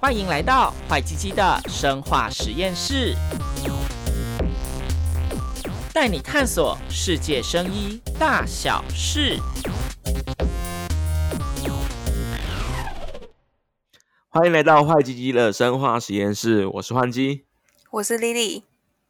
欢迎来到坏鸡鸡的生化实验室，带你探索世界生医大小事。 欢迎来到坏鸡鸡的生化实验室，我是焕鸡， 我是 Lily。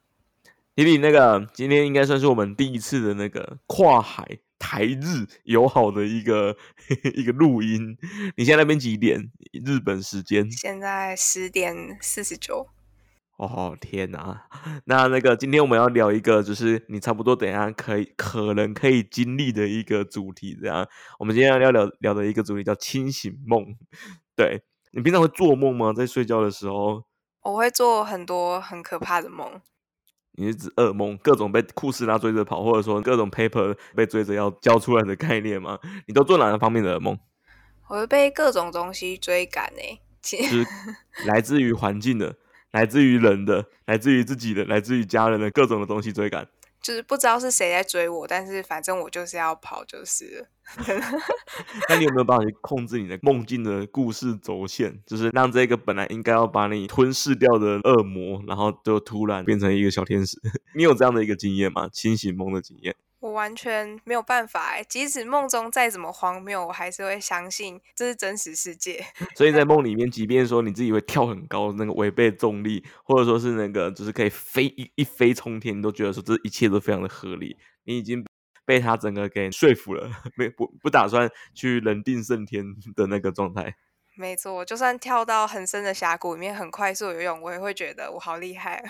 Lily，今天应该算是我们第一次的那个跨海台日友好的一个录音。你现在那边几点？日本时间？ 现在10:49。 哦天哪！那今天我们要聊一个，就是你差不多等一下可能可以经历的一个主题。这样，我们今天要聊的一个主题叫清醒梦。对，你平常会做梦吗？在睡觉的时候？ 我会做很多很可怕的梦。 你是指噩梦，各种被库斯拉追着跑，或者说各种 paper 被追着要交出来的概念吗？你都做哪个方面的噩梦？ 我会被各种东西追赶就是来自于环境的，来自于人的，来自于自己的，来自于家人的各种的东西追赶。 就是不知道是谁在追我，但是反正我就是要跑就是了。 那你有没有办法去控制你的梦境的故事轴线，就是让这个本来应该要把你吞噬掉的恶魔，然后就突然变成一个小天使？你有这样的一个经验吗？清醒梦的经验？ 我完全没有办法即使梦中再怎么荒谬，我还是会相信这是真实世界。 所以在梦里面，即便说你自己会跳很高，那个违背重力，或者说是就是可以飞一飞冲天，你都觉得说这一切都非常的合理，你已经被他整个给说服了，不打算去人定胜天的那个状态。 没错，就算跳到很深的峡谷里面很快速游泳，我也会觉得我好厉害。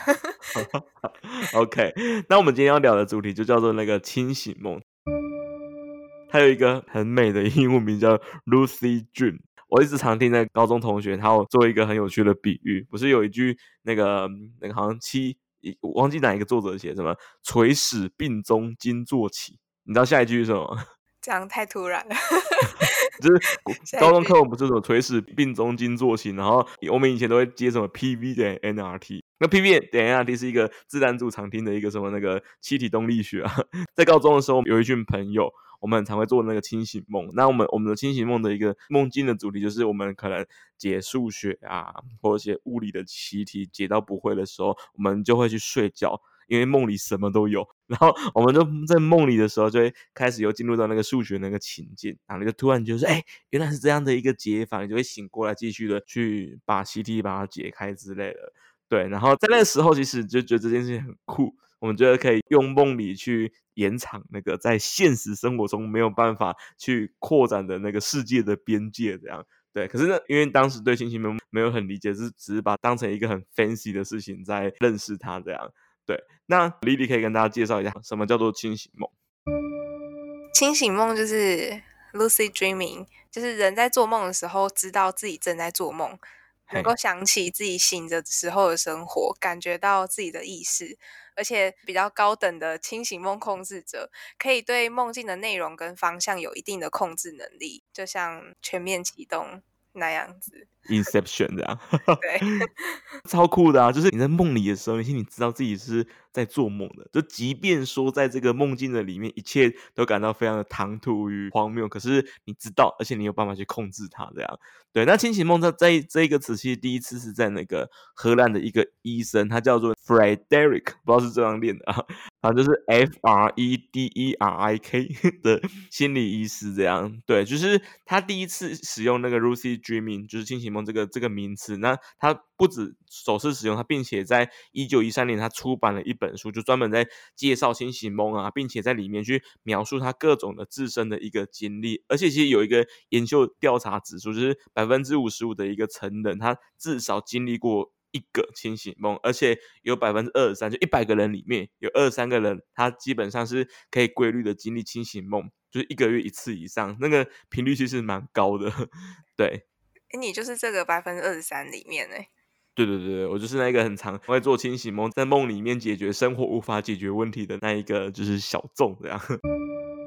OK， 那我们今天要聊的主题就叫做那个清醒梦。它有一个很美的英文名叫 Lucid Dream。我一直常听那个高中同学，他有做一个很有趣的比喻，不是有一句那个好像我忘记哪一个作者写什么“垂死病中惊坐起”，你知道下一句是什么吗？ 这样太突然了。 就是高中课文不是什么垂死病中惊坐起，然后我们以前都会接什么 PV 点 NRT， 那 PV 点 NRT 是一个自然组常听的一个什么那个气体动力学啊。在高中的时候有一群朋友，我们很常会做那个清醒梦。那我们的清醒梦的一个梦境的主题就是我们可能解数学啊，或者写物理的习题解到不会的时候，我们就会去睡觉，因为梦里什么都有。然后我们就在梦里的时候就会开始又进入到那个数学那个情境，然后你就突然就是原来是这样的一个解法，你就会醒过来继续的去把习题把它解开之类的。对，然后在那个时候其实就觉得这件事情很酷，我们觉得可以用梦里去延长那个在现实生活中没有办法去扩展的那个世界的边界这样。对，可是呢，因为当时对清醒梦没有很理解，只是把它当成一个很 fancy 的事情在认识它这样。对，那 Lily 可以跟大家介绍一下什么叫做清醒梦。 清醒梦就是 lucid dreaming， 就是人在做梦的时候知道自己正在做梦，能够想起自己醒着时候的生活，感觉到自己的意识，而且比较高等的清醒梦控制者可以对梦境的内容跟方向有一定的控制能力，就像全面启动那样子。 Inception 这样。 对， 超酷的啊！就是你在梦里的时候，你知道自己是在做梦的，就即便说在这个梦境的里面，一切都感到非常的唐突与荒谬，可是你知道，而且你有办法去控制它，这样。对，那清醒梦在这一个词，其实第一次是在那个荷兰的一个医生，他叫做 Frederick， 不知道是这样念的啊，反正就是 Frederick 的心理医师这样。对，就是他第一次使用那个 lucid dreaming， 就是清醒梦这个名词。那他不止首次使用它，并且在1913年他出版了一本书，就专门在介绍清醒梦啊，并且在里面去描述他各种的自身的一个经历。而且其实有一个研究调查指出，就是55%的一个成人他至少经历过一个清醒梦，而且有23%，就100个人里面有23个人他基本上是可以规律的经历清醒梦，就是1个月1次以上，那个频率其实蛮高的。对， 你就是这个23%里面对，我就是那个很常会做清醒梦，在梦里面解决生活无法解决问题的那一个就是小众这样。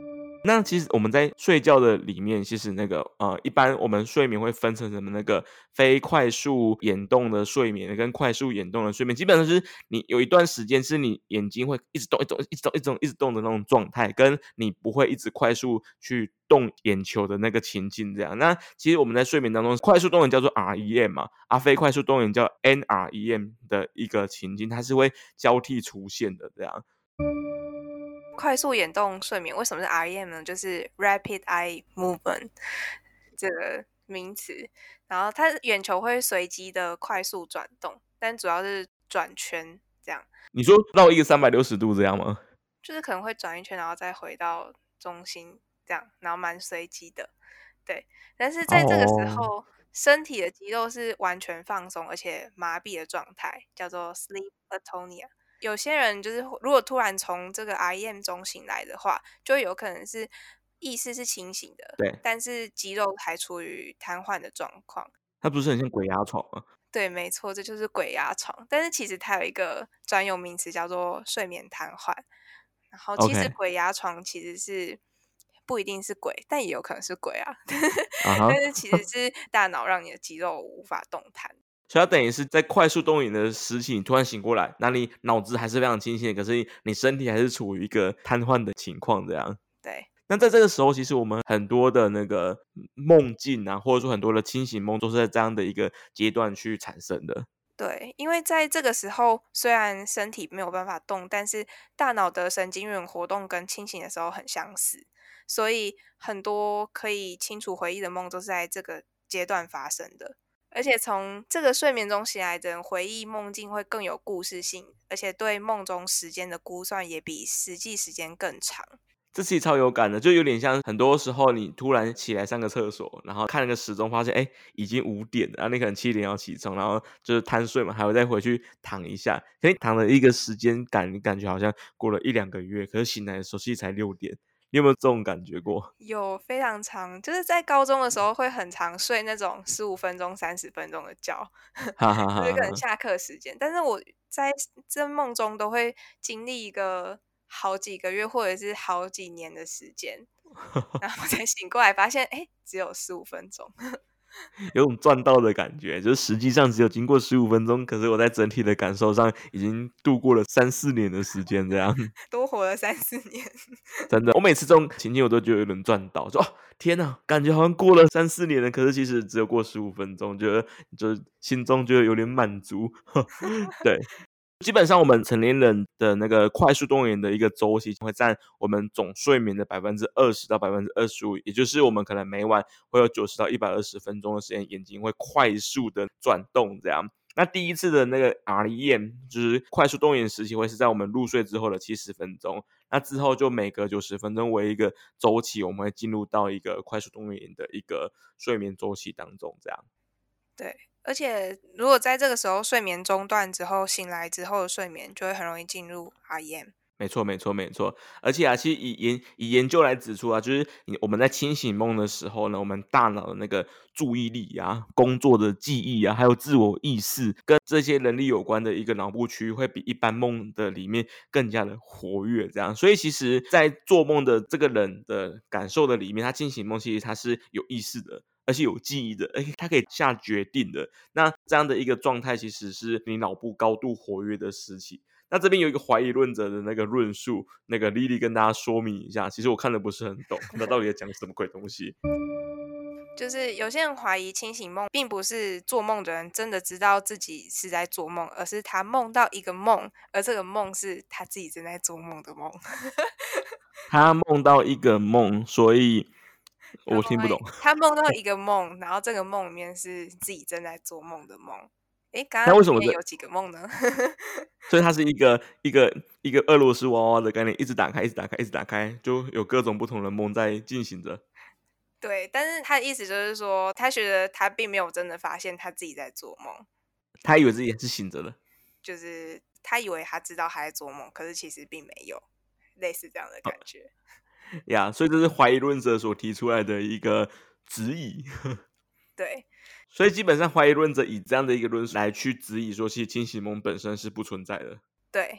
那其实我们在睡觉的里面，其实那个一般我们睡眠会分成什么那个非快速眼动的睡眠跟快速眼动的睡眠，基本上是你有一段时间是你眼睛会一直动、一直动的那种状态，跟你不会一直快速去动眼球的那个情境这样。那其实我们在睡眠当中，快速动眼叫做 REM 嘛，非快速动眼叫 NREM 的一个情境，它是会交替出现的这样。 快速眼动睡眠为什么是 REM 呢？就是 Rapid Eye Movement 这个名词，然后它眼球会随机的快速转动，但主要是转圈这样。 你说绕一个360度这样吗？ 就是可能会转一圈，然后再回到中心这样，然后蛮随机的，对。但是在这个时候，身体的肌肉是完全放松而且麻痹的状态，叫做 sleep atonia。有些人就是如果突然从这个 REM 中醒来的话，就有可能是意识是清醒的， 对， 但是肌肉还处于瘫痪的状况。 它不是很像鬼压床吗？ 对，没错，这就是鬼压床。但是其实它有一个专有名词叫做睡眠瘫痪。然后其实鬼压床其实是不一定是鬼，但也有可能是鬼啊。但是其实是大脑让你的肌肉无法动弹。 所以它等于是在快速动眼的时期，你突然醒过来，那你脑子还是非常清醒的，可是你身体还是处于一个瘫痪的情况这样。 对。 那在这个时候，其实我们很多的那个梦境啊，或者说很多的清醒梦，都是在这样的一个阶段去产生的。 对，因为在这个时候，虽然身体没有办法动，但是大脑的神经元活动跟清醒的时候很相似，所以很多可以清楚回忆的梦都是在这个阶段发生的。而且从这个睡眠中醒来的人，回忆梦境会更有故事性，而且对梦中时间的估算也比实际时间更长。 这其实超有感的，就有点像很多时候你突然起来上个厕所，然后看了个时钟，发现已经5点了，然后你可能7点要起床，然后就是贪睡嘛，还会再回去躺一下，可是躺了一个时间感，你感觉好像过了1-2个月，可是醒来的时候其实才6点。你有没有这种感觉过？ 有，非常长，就是在高中的时候会很常睡那种15分钟、30分钟的觉，就是可能下课时间。但是我在这梦中都会经历一个好几个月或者是好几年的时间，然后才醒过来发现，只有15分钟。 有种赚到的感觉，就是实际上只有经过15分钟，可是我在整体的感受上已经度过了3-4年的时间，这样多活了3-4年。 真的，我每次这种情境我都觉得有点赚到，说天哪，感觉好像过了3-4年了，可是其实只有过15分钟，觉得就是心中觉得有点满足。对。基本上我们成年人的那个快速动眼的一个周期会占我们总睡眠的20%到25%，也就是我们可能每晚会有90到120分钟的时间，眼睛会快速的转动这样。那第一次的那个 REM 就是快速动眼时期会是在我们入睡之后的70分钟，那之后就每隔90分钟为一个周期，我们会进入到一个快速动眼的一个睡眠周期当中这样。 对，而且如果在这个时候睡眠中断之后，醒来之后的睡眠就会很容易进入 REM。 没错，没错，没错。而且啊，其实以研究来指出啊，就是我们在清醒梦的时候呢，我们大脑的那个注意力啊、工作的记忆啊，还有自我意识跟这些能力有关的一个脑部区域，会比一般梦的里面更加的活跃。这样，所以其实，在做梦的这个人的感受的里面，他清醒梦其实他是有意识的。而且有记忆的，他可以下决定的。那这样的一个状态，其实是你脑部高度活跃的时期。那这边有一个怀疑论者的那个论述，那个 Lily 跟大家说明一下。其实我看的不是很懂，那到底在讲什么鬼东西？ 就是有些人怀疑清醒梦并不是做梦的人真的知道自己是在做梦，而是他梦到一个梦，而这个梦是他自己正在做梦的梦。 他梦到一个梦，所以我听不懂。 他梦到一个梦，然后这个梦里面是自己正在做梦的梦。刚刚为什么有几个梦呢？ 所以它是一个俄罗斯娃娃的概念，一直打开，一直打开，一直打开，就有各种不同的梦在进行着。 对，但是他的意思就是说，他觉得他并没有真的发现他自己在做梦， 他以为自己是醒着的， 就是他以为他知道他在做梦，可是其实并没有，类似这样的感觉。 呀，所以这是怀疑论者所提出来的一个质疑。 对， 所以基本上怀疑论者以这样的一个论述来去质疑说，其实清醒梦本身是不存在的。 对，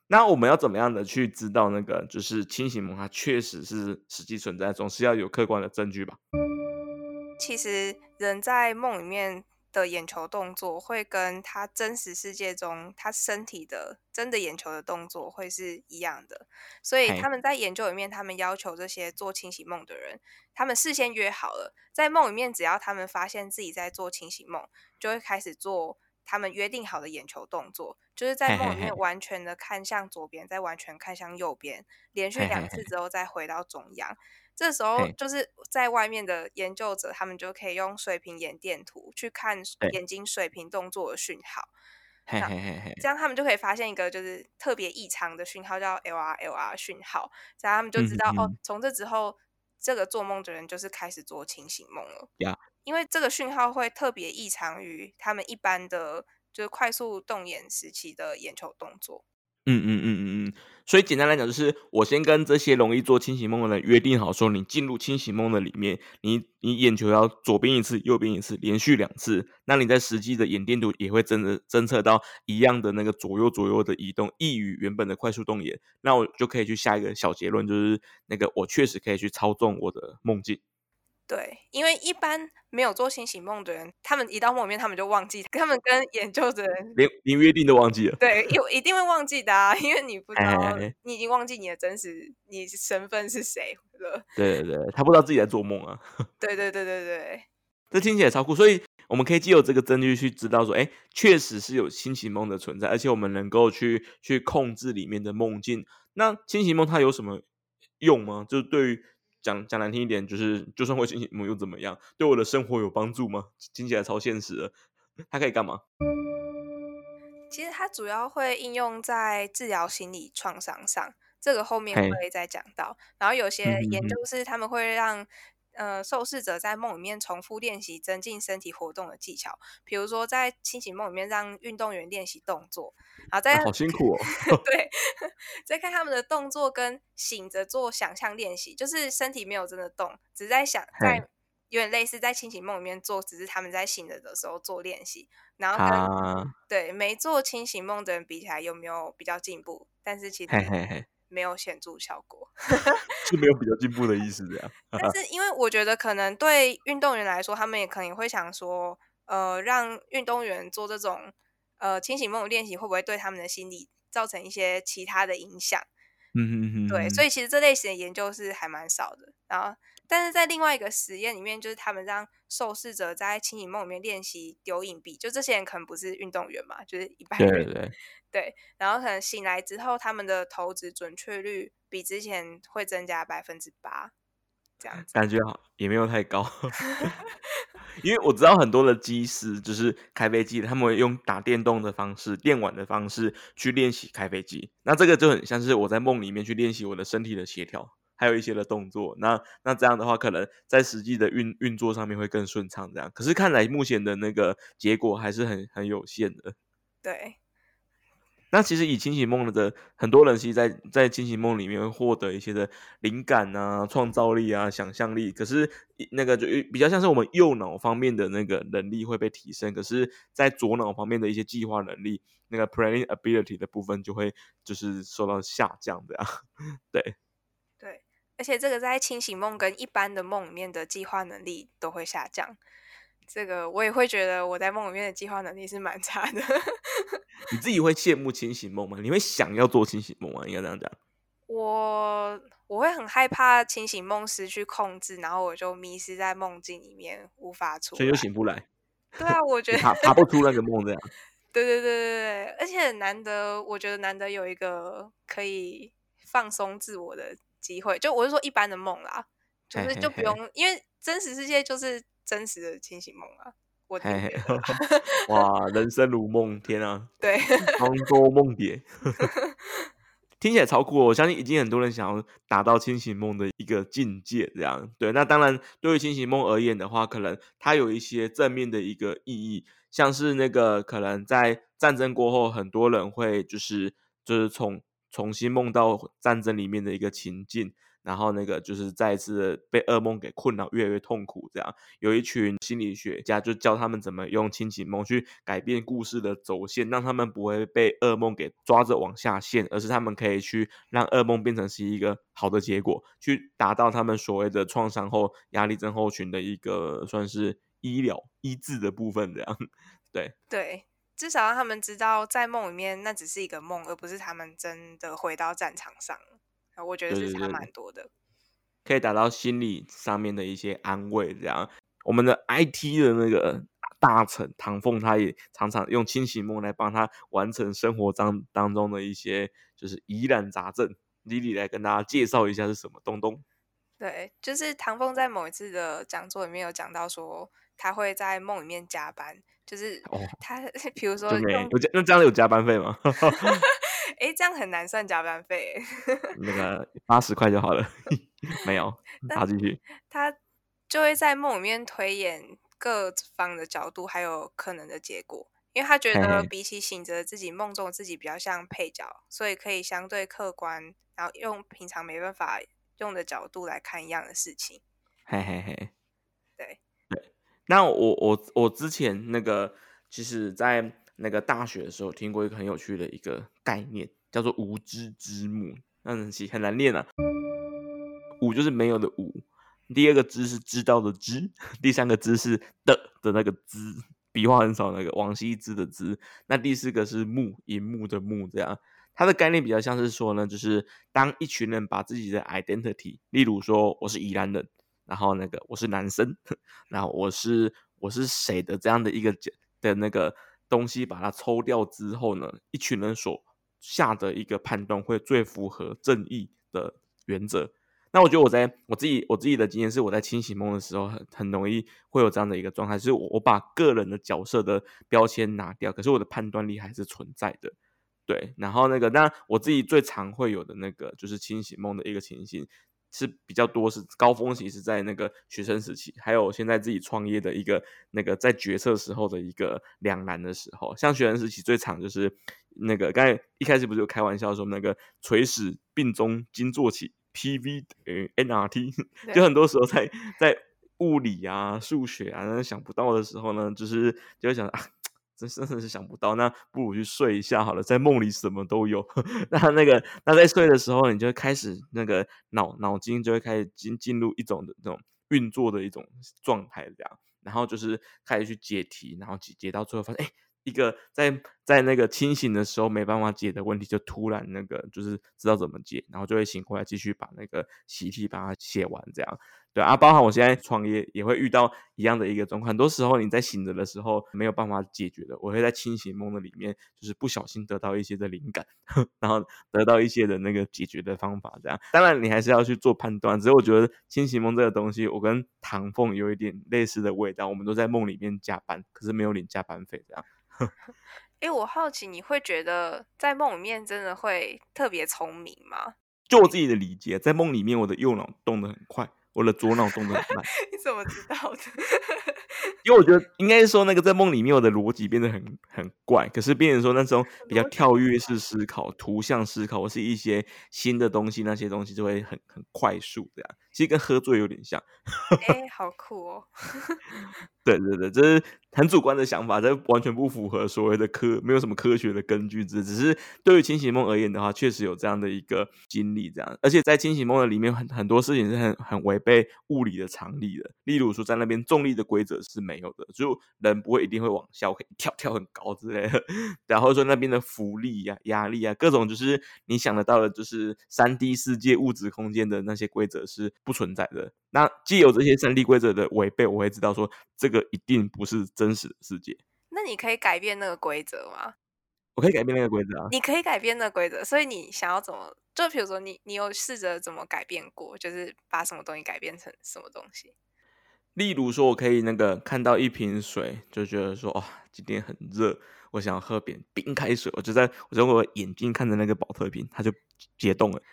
那我们要怎么样的去知道那个就是清醒梦它确实是实际存在，总是要有客观的证据吧？ 其实人在梦里面的眼球动作会跟他真实世界中他身体的真的眼球的动作会是一样的，所以他嘿， 们在研究里面，他们要求这些做清醒梦的人，他们事先约好了，在梦里面只要他们发现自己在做清醒梦，就会开始做他们约定好的眼球动作，就是在梦里面嘿嘿嘿， 完全的看向左边，再完全看向右边，连续嘿嘿嘿， 2次之后再回到中央。这时候嘿， 就是在外面的研究者，他们就可以用水平眼电图去看对， 眼睛水平动作的讯号， 嘿那嘿嘿嘿， 这样他们就可以发现一个就是特别异常的讯号，叫 LR 讯号，这样他们就知道哦， 嗯嗯从这之后，这个做梦的人就是开始做清醒梦了， 呀。 因为这个讯号会特别异常于他们一般的就是快速动眼时期的眼球动作。 所以简单来讲，就是我先跟这些容易做清醒梦的人约定好，说你进入清醒梦的里面，你眼球要左边一次，右边一次，连续2次。那你在实际的眼电图也会侦测到一样的那个左右的移动，异于原本的快速动眼。那我就可以去下一个小结论，就是那个我确实可以去操纵我的梦境。 对，因为一般没有做清醒梦的人，他们一到梦里面，他们就忘记，他们跟研究的人连约定都忘记了。 对，一定会忘记的啊，因为你不知道， 嘿嘿嘿， 你已经忘记你的真实，你身份是谁了。 对对对，他不知道自己在做梦啊。 对对对对对这听起来超酷，所以我们可以藉由这个证据去知道说，哎，确实是有清醒梦的存在，而且我们能够去控制里面的梦境。那清醒梦它有什么用吗？就是对于讲难听一点，就是就算会清醒梦又怎么样？对我的生活有帮助吗？听起来超现实的，它可以干嘛？ 其实它主要会应用在治疗心理创伤上，这个后面嘿， 会再讲到。然后有些研究嗯哼哼， 是他们会让受试者在梦里面重复练习增进身体活动的技巧，比如说在清醒梦里面让运动员练习动作，然后再好辛苦哦。 对，再看他们的动作跟醒着做想象练习，就是身体没有真的动，只是在想嘿， 有点类似在清醒梦里面做，只是他们在醒着的时候做练习，然后跟他， 对没做清醒梦的人比起来有没有比较进步？但是其实嘿嘿嘿， 没有显著效果。 是没有比较进步的意思，这样。 但是因为我觉得可能对运动员来说，他们也可能会想说，让运动员做这种清醒梦的练习，会不会对他们的心理造成一些其他的影响？ 嗯哼哼对，所哼， 以其实这类型的研究是还蛮少的。然后，但是在另外一个实验里面，就是他们让受试者在清醒梦里面练习丢硬币，就这些人可能不是运动员嘛，就是一般人。 对对对。 对，然后可能醒来之后，他们的投掷准确率比之前会增加8%，这样子。 感觉好也没有太高，因为我知道很多的机师就是开飞机的，他们会用打电动的方式、电玩的方式去练习开飞机。那这个就很像是我在梦里面去练习我的身体的协调，还有一些的动作。那这样的话，可能在实际的运作上面会更顺畅。这样，可是看来目前的那个结果还是很有限的。 对。 那其实以清醒梦的很多人，其实在清醒梦里面会获得一些的灵感啊、创造力啊、想象力。可是那个就比较像是我们右脑方面的那个能力会被提升，可是在左脑方面的一些计划能力，那个 planning ability 的部分就会就是受到下降的啊。对， 对，而且这个在清醒梦跟一般的梦里面的计划能力都会下降。这个我也会觉得我在梦里面的计划能力是蛮差的。 你自己会羡慕清醒梦吗？你会想要做清醒梦吗？应该这样讲。 我会很害怕清醒梦失去控制，然后我就迷失在梦境里面无法出所以就来。 醒不来， 对啊，我觉就得爬不出那个梦这样。 对对对对对，而且难得，我觉得难得有一个可以放松自我的机会。就我是说一般的梦啦，就嘿是就不嘿嘿， 用，因为真实世界就是真实的清醒梦啊，我自己嘿嘿， 觉得啦。 哇，人生如梦，天啊， 对。 庄周梦蝶。听起来超酷哦，我相信已经很多人想要达到清醒梦的一个境界，这样对。那当然，对于清醒梦而言的话，可能它有一些正面的一个意义，像是那个可能在战争过后，很多人会就是重新梦到战争里面的一个情境， 然后那个就是再一次的被噩梦给困扰，越来越痛苦。这样有一群心理学家就教他们怎么用清醒梦去改变故事的走线，让他们不会被噩梦给抓着往下陷，而是他们可以去让噩梦变成是一个好的结果，去达到他们所谓的创伤后压力症候群的一个算是医疗医治的部分。这样对，至少让他们知道在梦里面那只是一个梦，而不是他们真的回到战场上。我觉得是差蛮多的， 可以达到心理上面的一些安慰。这样我们的 IT 的那个大臣唐凤，他也常常用清醒梦来帮他完成生活当中的一些就是疑难杂症。Lily 来跟大家介绍一下是什么东东。 对，就是唐凤在某一次的讲座里面有讲到说，他会在梦里面加班，就是他比如说那这样有加班费吗？ 这样很难算加班费。 那个80块就好了。没有，好，继续。 他就会在梦里面推演各方的角度还有可能的结果，因为他觉得比起醒着自己，梦中的自己比较像配角，所以可以相对客观，然后用平常没办法用的角度来看一样的事情。 对。那我之前那个其实在那个大学的时候听过一个很有趣的一个概念，叫做无知之幕。那很难念啊。无就是没有的无，第二个知是知道的知，第三个知是的那个知，笔画很少那个王羲之的之。那第四个是幕，银幕的幕。这样它的概念比较像是说呢，就是当一群人把自己的 identity， 例如说我是宜兰人，然后那个我是男生，然后我是谁的这样的一个的那个东西把它抽掉之后呢，一群人所下的一个判断会最符合正义的原则。那我觉得我自己的经验是，我在清醒梦的时候很容易会有这样的一个状态，就是我把个人的角色的标签拿掉，可是我的判断力还是存在的。对，然后那个那我自己最常会有的那个就是清醒梦的一个情形是比较多，是高峰期是在那个学生时期，还有现在自己创业的一个那个在决策时候的一个两难的时候。像学生时期最常就是那个刚才一开始不是有开玩笑说那个垂死病中惊坐起，PV 等于 NRT， 就很多时候在物理啊、数学啊想不到的时候呢，就会想啊，真的是想不到，那不如去睡一下好了，在梦里什么都有。那在睡的时候，你就会开始那个脑筋就会开始进入一种的这种运作的一种状态这样，然后就是开始去解题，然后解到最后发现，一个在那个清醒的时候没办法解的问题，就突然那个就是知道怎么解，然后就会醒过来继续把那个习题把它写完这样。对啊，包含我现在创业也会遇到一样的一个状况，很多时候你在醒着的时候没有办法解决的，我会在清醒梦的里面就是不小心得到一些的灵感，然后得到一些的那个解决的方法这样。当然你还是要去做判断，只是我觉得清醒梦这个东西我跟唐凤有一点类似的味道，我们都在梦里面加班，可是没有领加班费这样。 我好奇你会觉得在梦里面真的会特别聪明吗？ 就我自己的理解，在梦里面我的右脑动得很快，我的左脑动得很慢。 你怎么知道的？ 因为我觉得应该是说那个在梦里面我的逻辑变得很怪，可是变成说那种比较跳跃式思考、图像思考，或是一些新的东西，那些东西就会很快速这样。其实跟喝醉有点像。 好酷哦。 对，这是很主观的想法，这完全不符合所谓的没有什么科学的根据，只是对于清醒梦而言的话，确实有这样的一个经历这样。而且在清醒梦的里面很多事情是很违背物理的常理的，例如说在那边重力的规则是没有的，就人不会一定会往下，我可以跳很高之类的。然后说那边的浮力啊、压力啊，各种就是你想得到的，就是 3D 世界物质空间的那些规则是不存在的。那既有这些3D 规则的违背，我会知道说这个一定不是真实的世界。 那你可以改变那个规则吗？ 我可以改变那个规则啊。 你可以改变那个规则，所以你想要怎么？就比如说你有试着怎么改变过，就是把什么东西改变成什么东西？ 例如说，我可以那个看到一瓶水，就觉得说，今天很热，我想要喝点冰开水，我就用我的眼睛看着那个保特瓶，它就解冻了。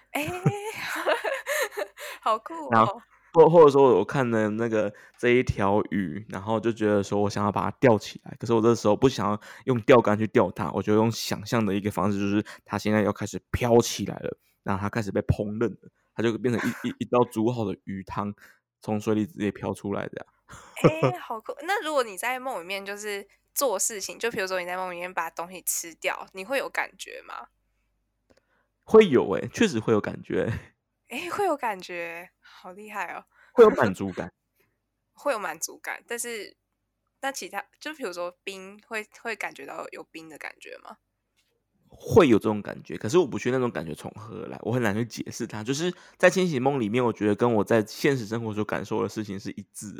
好酷哦！ 然后或者说我看了那个这一条鱼，然后就觉得说我想要把它吊起来，可是我这时候不想要用钓竿去钓它，我就用想象的一个方式，就是它现在要开始飘起来了，然后它开始被烹饪了。 它就变成一道煮好的鱼汤从水里直接飘出来的。 好酷！那如果你在梦里面就是做事情，就比如说你在梦里面把东西吃掉，你会有感觉吗？ 会有确实会有感觉会有感觉，好厉害哦！ 会有满足感。 会有满足感，但是那其他就比如说冰会感觉到有冰的感觉吗？ 会有这种感觉，可是我不确定那种感觉从何而来，我很难去解释它。就是在清醒梦里面，我觉得跟我在现实生活所感受的事情是一致的，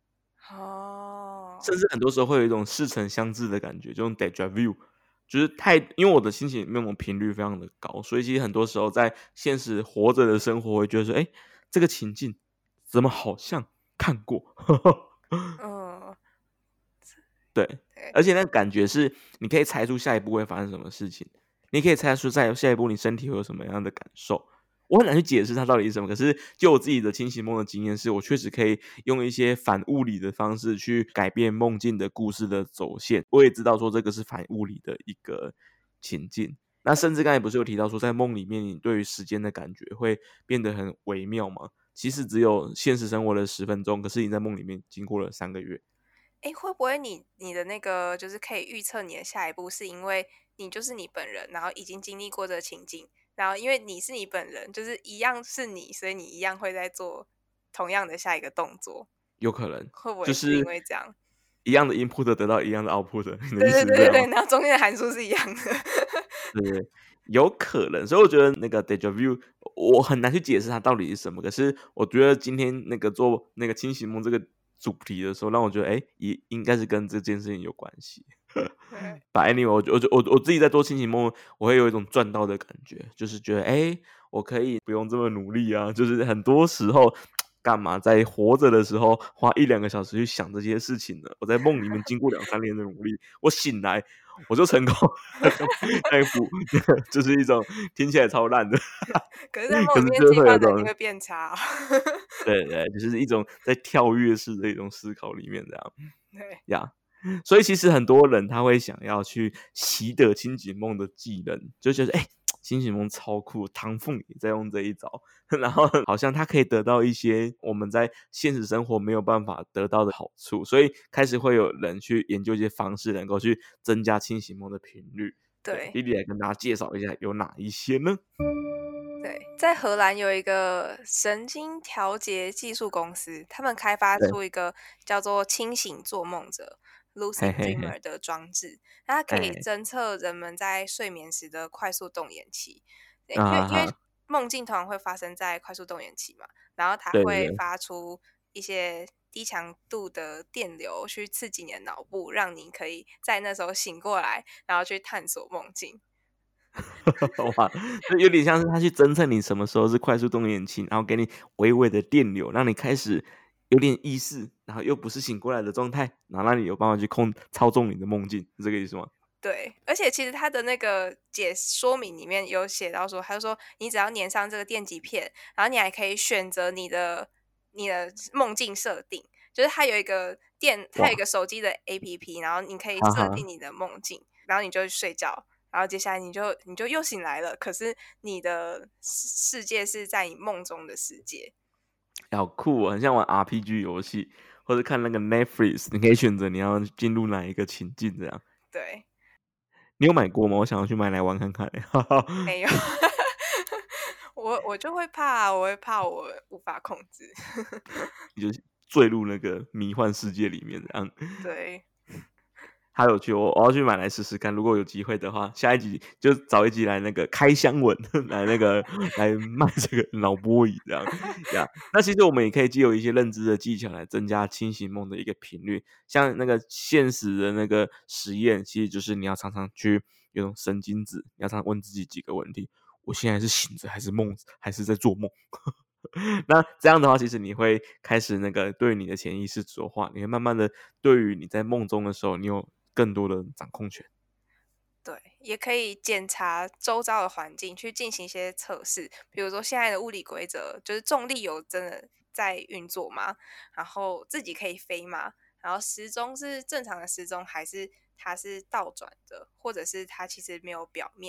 甚至很多时候会有一种似曾相识的感觉，这种 déjà vu，就是因为我的心情里面那种频率非常的高，所以其实很多时候在现实活着的生活，我会觉得说，这个情境怎么好像看过？ 嗯， 对， 对， 而且那个感觉是你可以猜出下一步会发生什么事情，你可以猜出在下一步你身体会有什么样的感受。我很难去解释它到底是什么，可是就我自己的清醒梦的经验是，我确实可以用一些反物理的方式去改变梦境的故事的走线。我也知道说这个是反物理的一个情境。那甚至刚才不是有提到说，在梦里面你对于时间的感觉会变得很微妙吗？其实只有现实生活的10分钟，可是你在梦里面经过了3个月。 会不会你的那个就是可以预测你的下一步，是因为你就是你本人，然后已经经历过这个情境，然后因为你是你本人，就是一样是你，所以你一样会在做同样的下一个动作， 有可能会不会是因就是为这样？ 一样的 input 得到一样的 output，你的对意思是这样吗？ 对对对对，然后中间的函数是一样的。 对，有可能。所以我觉得那个 déjà vu，我很难去解释它到底是什么。可是我觉得今天那个做那个清醒梦这个主题的时候，让我觉得也应该是跟这件事情有关系。 对， But anyway，我自己在做清醒梦，我会有一种赚到的感觉，就是觉得我可以不用这么努力啊。就是很多时候干嘛在活着的时候花1-2个小时去想这些事情呢？我在梦里面经过2-3年的努力，我醒来我就成功。那一步就是一种听起来超烂的， 可是在梦可是里面计就会有一种划能力会变差哦。 对对，就是一种在跳跃式的一种思考里面这样对， 呀。所以其实很多人他会想要去习得清醒梦的技能，就觉得清醒梦超酷，唐凤也在用这一招，然后好像他可以得到一些我们在现实生活没有办法得到的好处，所以开始会有人去研究一些方式，能够去增加清醒梦的频率。对对， ，Lily 来跟大家介绍一下有哪一些呢？ 对，在荷兰有一个神经调节技术公司，他们开发对， 出一个叫做清醒做梦者嘿 （Lucid 嘿嘿， Dreamer） 的装置，它可以哎， 侦测人们在睡眠时的快速动眼期。对，因为哈， 梦境通常会发生在快速动眼期嘛，然后它对对对， 会发出一些低强度的电流去刺激你的脑部，让你可以在那时候醒过来，然后去探索梦境。 哇，就有点像是他去侦测你什么时候是快速动眼期，然后给你微微的电流，让你开始有点意识，然后又不是醒过来的状态，然后让你有办法去操纵你的梦境，是这个意思吗？ 对，而且其实它的那个说明里面有写到说，他就说你只要粘上这个电极片，然后你还可以选择你的梦境设定，就是它有一哇， 个手机的 APP，然后你可以哈哈， 设定你的梦境，然后你就去睡觉，然后接下来你就又醒来了，可是你的世界是在你梦中的世界。 好酷哦，很像玩 RPG 游戏，或者看那个 Netflix，你可以选择你要进入哪一个情境这样。 对， 你有买过吗？我想要去买来玩看看。 没有，我就会怕，我会怕我无法控制。 你就坠入那个迷幻世界里面这样。 对， 好有趣，我要去买来试试看。如果有机会的话，下一集就找一集来那个开箱文，来卖这个脑波椅这样呀。那其实我们也可以藉由一些认知的技巧来增加清醒梦的一个频率。像那个现实的那个实验，其实就是你要常常去有种神经质，你要常常问自己几个问题：我现在是醒着还是还是在做梦？那这样的话，其实你会开始那个对于你的潜意识说话，你会慢慢的对于你在梦中的时候，你有更多的掌控权。 对，也可以检查周遭的环境，去进行一些测试，比如说现在的物理规则，就是重力有真的在运作吗？然后自己可以飞吗？然后时钟是正常的时钟，还是它是倒转的，或者是它其实没有表面？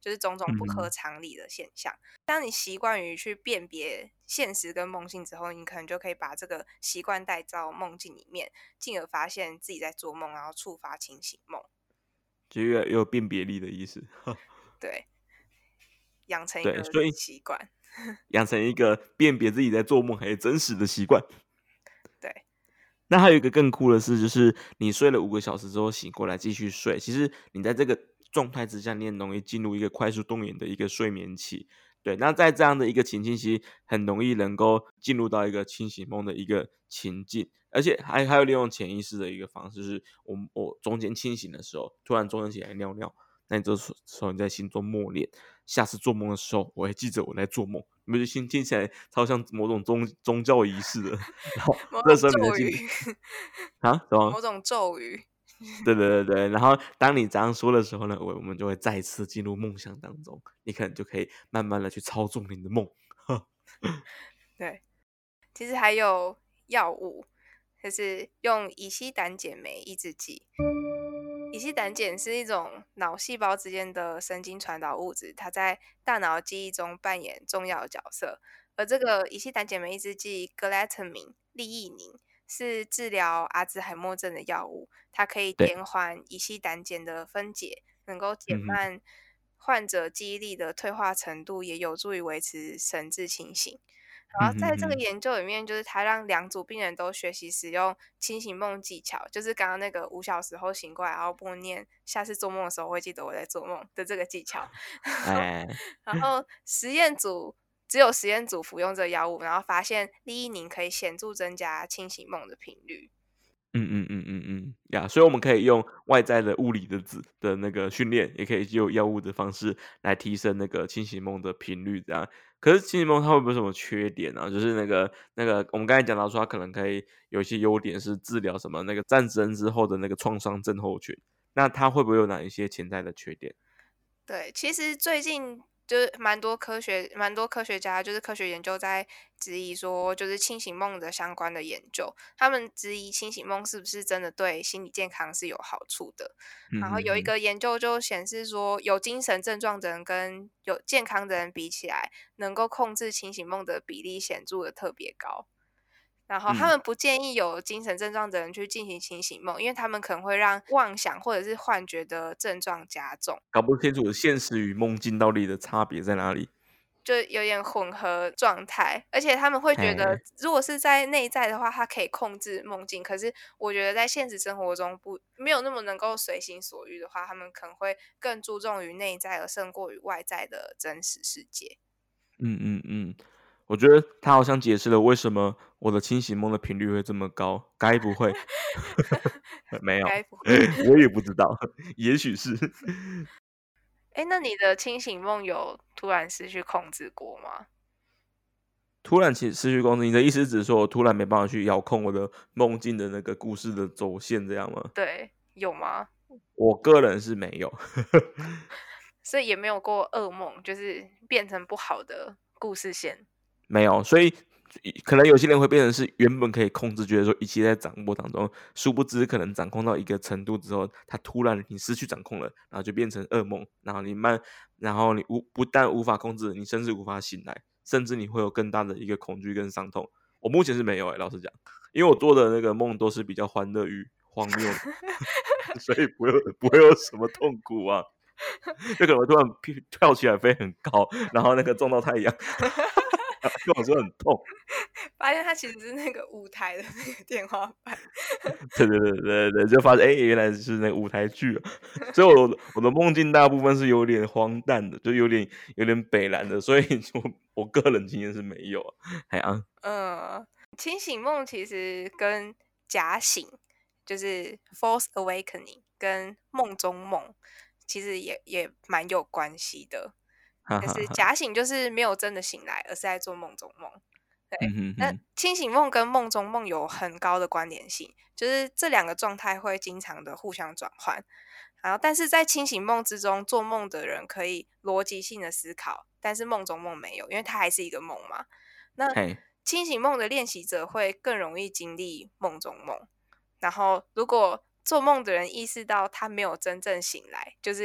就是种种不合常理的现象。当你习惯于去辨别现实跟梦境之后，你可能就可以把这个习惯带到梦境里面，进而发现自己在做梦，然后触发清醒梦。 就越有辨别力的意思。 对，养成一对， 个所以习惯。 养成一个辨别自己在做梦还是真实的习惯。 对， 那还有一个更酷的是，就是你睡了5个小时之后醒过来继续睡，其实你在这个状态之下，你很容易进入一个快速动眼的一个睡眠期。对，那在这样的一个情境，其实很容易能够进入到一个清醒梦的一个情境，而且还有利用潜意识的一个方式，是我中间清醒的时候，突然中间起来尿尿，那你这时候你在心中默念，下次做梦的时候，我会记着我在做梦，你们就听起来超像某种宗教仪式的，然后某这种时候你的心咒语， 啊，什么某？种咒语。 对对对对，然后当你这样说的时候呢，我们就会再次进入梦乡当中，你可能就可以慢慢的去操纵你的梦。 对，其实还有药物，就是用乙酰胆碱酶抑制剂。乙酰胆碱是一种脑细胞之间的神经传导物质，它在大脑记忆中扮演重要的角色。而这个乙酰胆碱酶抑制剂 galantamine 利益宁是治疗阿兹海默症的药物，它可以对， 减缓乙酰胆碱的分解，能够减嗯哼， 慢患者记忆力的退化程度，也有助于维持神志清醒。然嗯后在这个哼哼， 研究里面，就是他让2组病人都学习使用清醒梦技巧，就是刚刚那个5小时后醒过来，然后默念下次做梦的时候会记得我在做梦的这个技巧。 哎， 然后只有实验组服用这个药物，然后发现利益宁可以显著增加清醒梦的频率。 呀，所以我们可以用外在的物理的那个训练，也可以用药物的方式来提升那个清醒梦的频率，这样。可是清醒梦它会不会有什么缺点啊？就是那个我们刚才讲到说，它可能可以有一些优点是治疗什么那个战争之后的那个创伤症候群，那它会不会有哪一些潜在的缺点？ 对，其实最近就是蛮多科学家，就是科学研究在质疑说，就是清醒梦的相关的研究，他们质疑清醒梦是不是真的对心理健康是有好处的。然后有一嗯哼哼， 个研究就显示说，有精神症状的人跟有健康的人比起来，能够控制清醒梦的比例显著的特别高。然后他嗯。 们不建议有精神症状的人去进行清醒梦，因为他们可能会让妄想或者是幻觉的症状加重。 搞不清楚现实与梦境到底的差别在哪里。 就有点混合状态，而且他们会觉得， 嘿， 如果是在内在的话，它可以控制梦境。可是我觉得在现实生活中没有那么能够随心所欲的话，他们可能会更注重于内在而胜过于外在的真实世界。 我觉得他好像解释了为什么我的清醒梦的频率会这么高，该不会没有， 该不会？ 我也不知道，也许是。 哎，那你的清醒梦有突然失去控制过吗？ 突然失去控制，你的意思是指说我突然没办法去遥控我的梦境的那个故事的走线，这样吗？ 对，有吗？ 我个人是没有。 所以也没有过噩梦，就是变成不好的故事线。 没有，所以可能有些人会变成是原本可以控制，觉得说一切在掌握当中，殊不知可能掌控到一个程度之后，他突然你失去掌控了，然后就变成噩梦，然后你不但无法控制，你甚至无法醒来，甚至你会有更大的一个恐惧跟伤痛。我目前是没有老实讲，因为我做的那个梦都是比较欢乐与荒谬的，所以不会有什么痛苦啊。就可能会突然跳起来飞很高，然后那个撞到太阳，跟我说很痛。 发现它其实是那个舞台的那个天花板。 对对对对对，就发现原来是那个舞台剧啊。所以我的梦境大部分是有点荒诞的，就有点北蓝的，所以我个人经验是没有啊。哎呀， 清醒梦其实跟假醒，就是 false awakening，跟梦中梦其实也蛮有关系的。就是哈哈哈， 假醒就是没有真的醒来，而是在做梦中梦。对，那嗯哼哼， 清醒梦跟梦中梦有很高的关联性，就是这2个状态会经常的互相转换。然后，但是在清醒梦之中，做梦的人可以逻辑性的思考，但是梦中梦没有，因为它还是一个梦嘛。那嘿， 清醒梦的练习者会更容易经历梦中梦。然后，如果做梦的人意识到他没有真正醒来，就是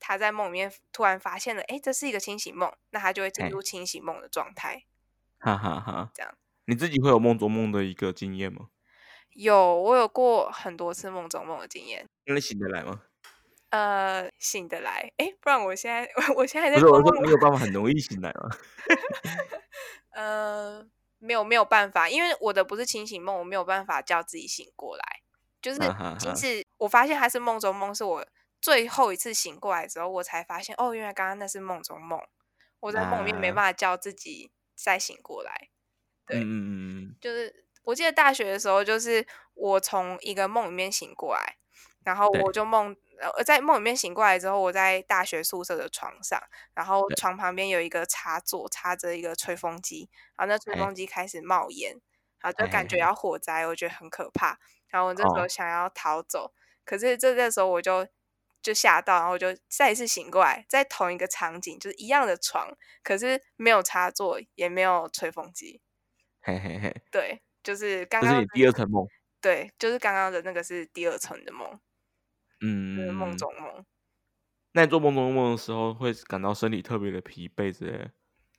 他在梦里面突然发现了，这是一个清醒梦，那他就会进入清醒梦的状态。 哈哈哈， 这样。 你自己会有梦中梦的一个经验吗？ 我有过很多次梦中梦的经验。 那你醒得来吗？ 醒得来。不然我现在还在不是， 做梦。 我说你有办法很容易醒来吗？ 没有办法，因为我的不是清醒梦，我没有办法叫自己醒过来。就是即使我发现它是梦中梦，是我最后一次醒过来之后，我才发现原来刚刚那是梦中梦。我在梦里面没办法叫自己再醒过来。对，就是我记得大学的时候，就是我从一个梦里面醒过来，然后我就在梦里面醒过来之后，我在大学宿舍的床上，然后床旁边有一个插座，插着一个吹风机，然后那吹风机开始冒烟，然后就感觉要火灾，我觉得很可怕。然后我这时候想要逃走，可是这时候我就吓到，然后我就再一次醒过来，在同一个场景，就是一样的床，可是没有插座，也没有吹风机。 嘿嘿嘿， 对，就是刚刚这是你第二层梦。 对，就是刚刚的那个是第二层的梦。就是梦中梦。 那你做梦中梦的时候，会感到身体特别的疲惫之类的？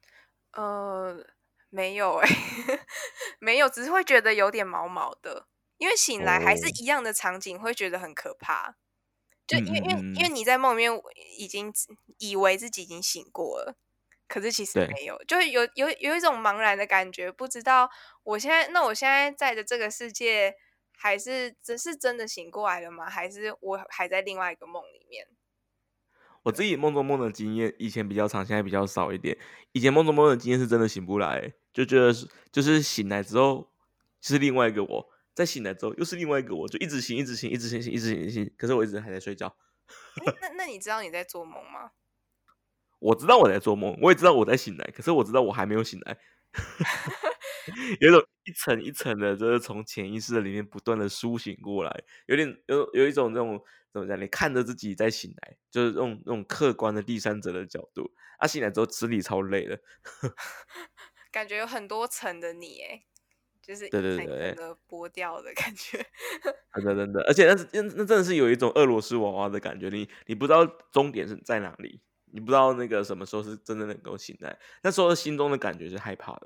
没有没有，只是会觉得有点毛毛的，因为醒来还是一样的场景，会觉得很可怕。就因为你在梦里面已经以为自己已经醒过了，可是其实没有，就是有一种茫然的感觉，不知道我现在在的这个世界还是真的醒过来了吗？还是我还在另外一个梦里面？ 我自己梦中梦的经验以前比较长，现在比较少一点。以前梦中梦的经验是真的醒不来，就觉得就是醒来之后是另外一个我，再醒来之后又是另外一个我，就一直醒，一直醒，一直醒，一直醒，一直醒。可是我一直还在睡觉。 那你知道你在做梦吗？ 我知道我在做梦，我也知道我在醒来，可是我知道我还没有醒来。有一种一层一层的，就是从潜意识的里面不断的苏醒过来，有一种那种怎么讲？你看着自己在醒来，就是那种客观的第三者的角度。醒来之后身体超累的， 感觉有很多层的你就是一对层一层的剥掉的感觉。 真的，而且那真的是有一种俄罗斯娃娃的感觉，你不知道终点是在哪里，你不知道那个什么时候是真的能够醒来，那时候心中的感觉是害怕的。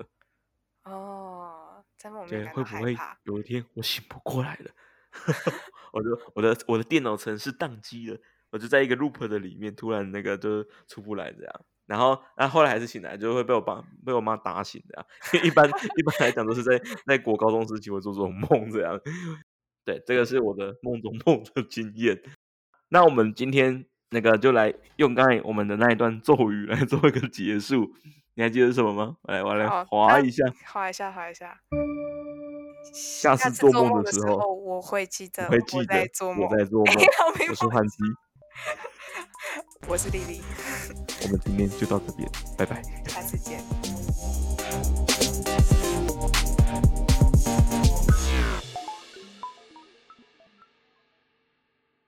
在梦里面感到害怕， 会不会有一天我醒不过来了？我的电脑程式宕机了，我就在一个 loop 的里面，突然那个就出不来这样。然后后来还是醒来，就会被我妈打醒这样。因为一般来讲都是在国高中时期会做这种梦这样。对，这个是我的梦中梦的经验。那我们今天那个就来用刚才我们的那一段咒语来做一个结束。你还记得是什么吗？我来滑一下。 滑一下。 下次做梦的时候， 我会记得我在做梦。我是汉基， 我是丽丽。 我们今天就到这边，拜拜， 下次见。